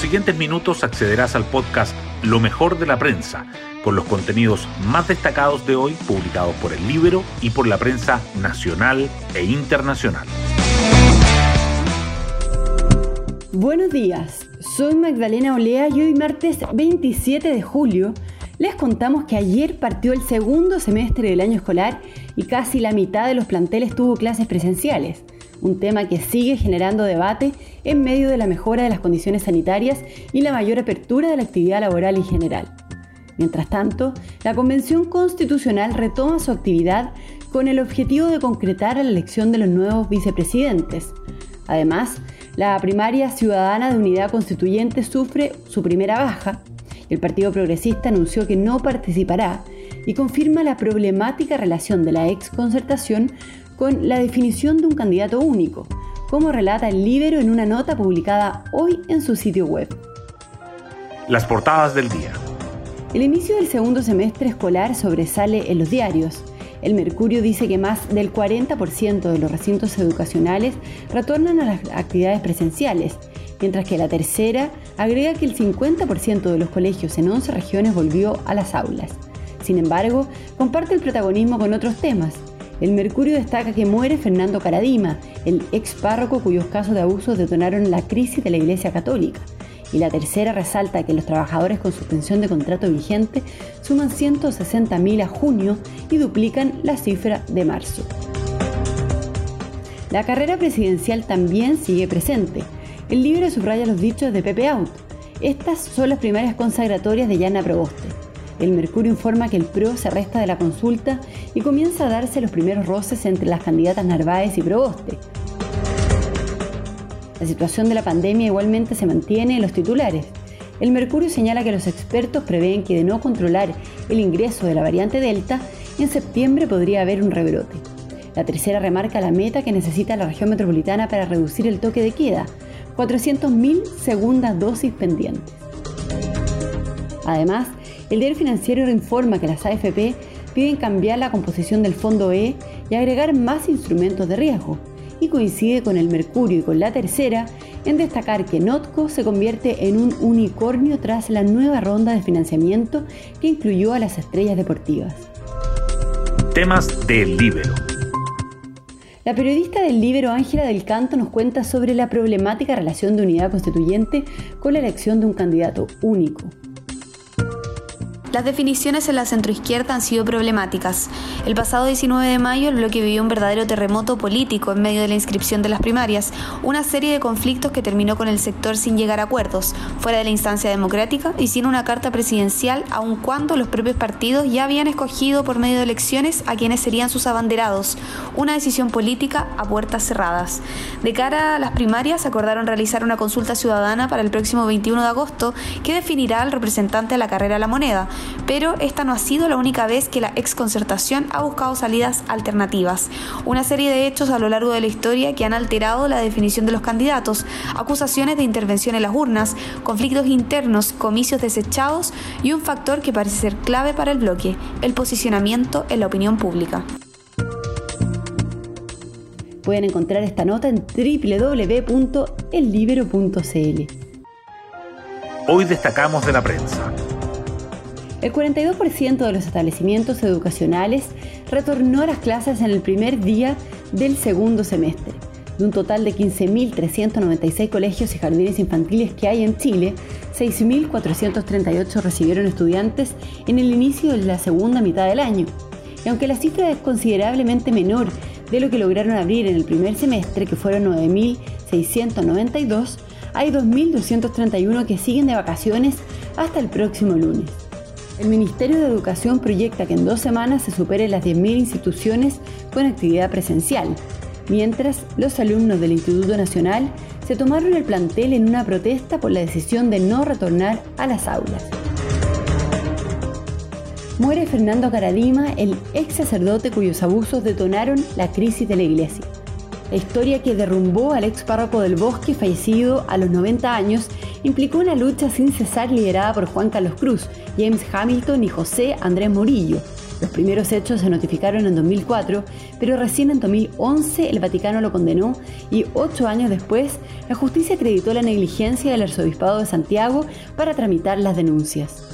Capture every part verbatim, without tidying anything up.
siguientes minutos accederás al podcast Lo mejor de la prensa, con los contenidos más destacados de hoy publicados por El Líbero y por la prensa nacional e internacional. Buenos días, soy Magdalena Olea y hoy martes veintisiete de julio les contamos que ayer partió el segundo semestre del año escolar y casi la mitad de los planteles tuvo clases presenciales, un tema que sigue generando debate en medio de la mejora de las condiciones sanitarias y la mayor apertura de la actividad laboral en general. Mientras tanto, la Convención Constitucional retoma su actividad con el objetivo de concretar la elección de los nuevos vicepresidentes. Además, la primaria ciudadana de Unidad Constituyente sufre su primera baja. El Partido Progresista anunció que no participará y confirma la problemática relación de la exconcertación con la definición de un candidato único, como relata El Líbero en una nota publicada hoy en su sitio web. Las portadas del día. El inicio del segundo semestre escolar sobresale en los diarios. El Mercurio dice que más del cuarenta por ciento de los recintos educacionales retornan a las actividades presenciales, mientras que La Tercera agrega que el cincuenta por ciento de los colegios en once regiones volvió a las aulas. Sin embargo, comparte el protagonismo con otros temas. El Mercurio destaca que muere Fernando Caradima, el ex párroco cuyos casos de abusos detonaron la crisis de la Iglesia Católica. Y La Tercera resalta que los trabajadores con suspensión de contrato vigente suman ciento sesenta mil a junio y duplican la cifra de marzo. La carrera presidencial también sigue presente. El Líbero subraya los dichos de Pepe Out. Estas son las primarias consagratorias de Yana Proboste. El Mercurio informa que el P R O se resta de la consulta y comienza a darse los primeros roces entre las candidatas Narváez y Proboste. La situación de la pandemia igualmente se mantiene en los titulares. El Mercurio señala que los expertos prevén que de no controlar el ingreso de la variante Delta, en septiembre podría haber un rebrote. La Tercera remarca la meta que necesita la región metropolitana para reducir el toque de queda, cuatrocientas mil segundas dosis pendientes. Además, el diario Financiero informa que las A F P piden cambiar la composición del Fondo E y agregar más instrumentos de riesgo, y coincide con el Mercurio y con La Tercera en destacar que Notco se convierte en un unicornio tras la nueva ronda de financiamiento que incluyó a las estrellas deportivas. Temas del Líbero. La periodista del Líbero Ángela del Canto nos cuenta sobre la problemática relación de Unidad Constituyente con la elección de un candidato único. Las definiciones en la centroizquierda han sido problemáticas. El pasado diecinueve de mayo el bloque vivió un verdadero terremoto político en medio de la inscripción de las primarias, una serie de conflictos que terminó con el sector sin llegar a acuerdos, fuera de la instancia democrática y sin una carta presidencial, aun cuando los propios partidos ya habían escogido por medio de elecciones a quienes serían sus abanderados, una decisión política a puertas cerradas. De cara a las primarias acordaron realizar una consulta ciudadana para el próximo veintiuno de agosto que definirá al representante de la carrera a la moneda. Pero esta no ha sido la única vez que la exconcertación ha buscado salidas alternativas. Una serie de hechos a lo largo de la historia que han alterado la definición de los candidatos, acusaciones de intervención en las urnas, conflictos internos, comicios desechados y un factor que parece ser clave para el bloque, el posicionamiento en la opinión pública. Pueden encontrar esta nota en doble u doble u doble u punto el líbero punto c l. Hoy destacamos de la prensa. El cuarenta y dos por ciento de los establecimientos educacionales retornó a las clases en el primer día del segundo semestre. De un total de quince mil trescientos noventa y seis colegios y jardines infantiles que hay en Chile, seis mil cuatrocientos treinta y ocho recibieron estudiantes en el inicio de la segunda mitad del año. Y aunque la cifra es considerablemente menor de lo que lograron abrir en el primer semestre, que fueron nueve mil seiscientos noventa y dos, hay dos mil doscientos treinta y uno que siguen de vacaciones hasta el próximo lunes. El Ministerio de Educación proyecta que en dos semanas se superen las diez mil instituciones con actividad presencial, mientras los alumnos del Instituto Nacional se tomaron el plantel en una protesta por la decisión de no retornar a las aulas. Muere Fernando Caradima, el ex sacerdote cuyos abusos detonaron la crisis de la Iglesia. La historia que derrumbó al ex párroco del Bosque, fallecido a los noventa años, implicó una lucha sin cesar liderada por Juan Carlos Cruz, James Hamilton y José Andrés Murillo, Los primeros hechos se notificaron en dos mil cuatro, pero recién en dos mil once el Vaticano lo condenó y ocho años después la justicia acreditó la negligencia del Arzobispado de Santiago para tramitar las denuncias.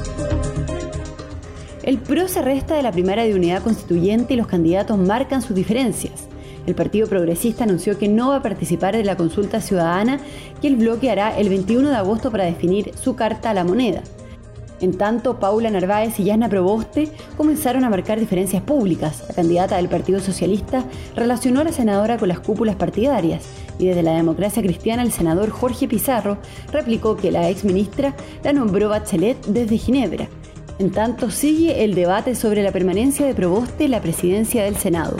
El P R O se resta de la primaria de unidad constituyente y los candidatos marcan sus diferencias. El Partido Progresista anunció que no va a participar de la consulta ciudadana que el bloque hará el veintiuno de agosto para definir su carta a la moneda. En tanto, Paula Narváez y Yasna Proboste comenzaron a marcar diferencias públicas. La candidata del Partido Socialista relacionó a la senadora con las cúpulas partidarias y desde la Democracia Cristiana el senador Jorge Pizarro replicó que la exministra la nombró Bachelet desde Ginebra. En tanto, sigue el debate sobre la permanencia de Proboste en la presidencia del Senado.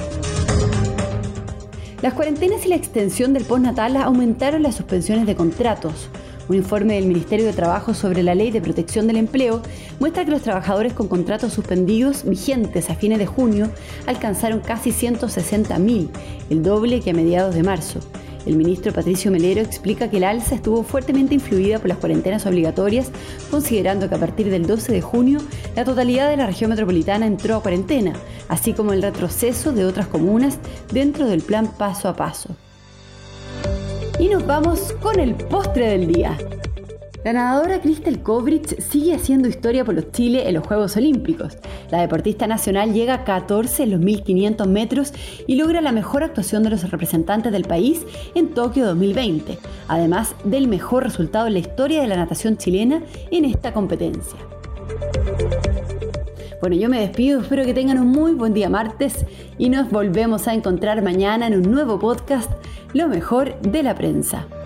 Las cuarentenas y la extensión del postnatal aumentaron las suspensiones de contratos. Un informe del Ministerio de Trabajo sobre la Ley de Protección del Empleo muestra que los trabajadores con contratos suspendidos vigentes a fines de junio alcanzaron casi ciento sesenta mil, el doble que a mediados de marzo. El ministro Patricio Melero explica que el alza estuvo fuertemente influida por las cuarentenas obligatorias, considerando que a partir del doce de junio la totalidad de la región metropolitana entró a cuarentena, así como el retroceso de otras comunas dentro del plan paso a paso. Y nos vamos con el postre del día. La nadadora Christel Kovrich sigue haciendo historia por los Chile en los Juegos Olímpicos. La deportista nacional llega a catorce en los mil quinientos metros y logra la mejor actuación de los representantes del país en Tokio dos mil veinte, además del mejor resultado en la historia de la natación chilena en esta competencia. Bueno, yo me despido, espero que tengan un muy buen día martes y nos volvemos a encontrar mañana en un nuevo podcast, Lo mejor de la prensa.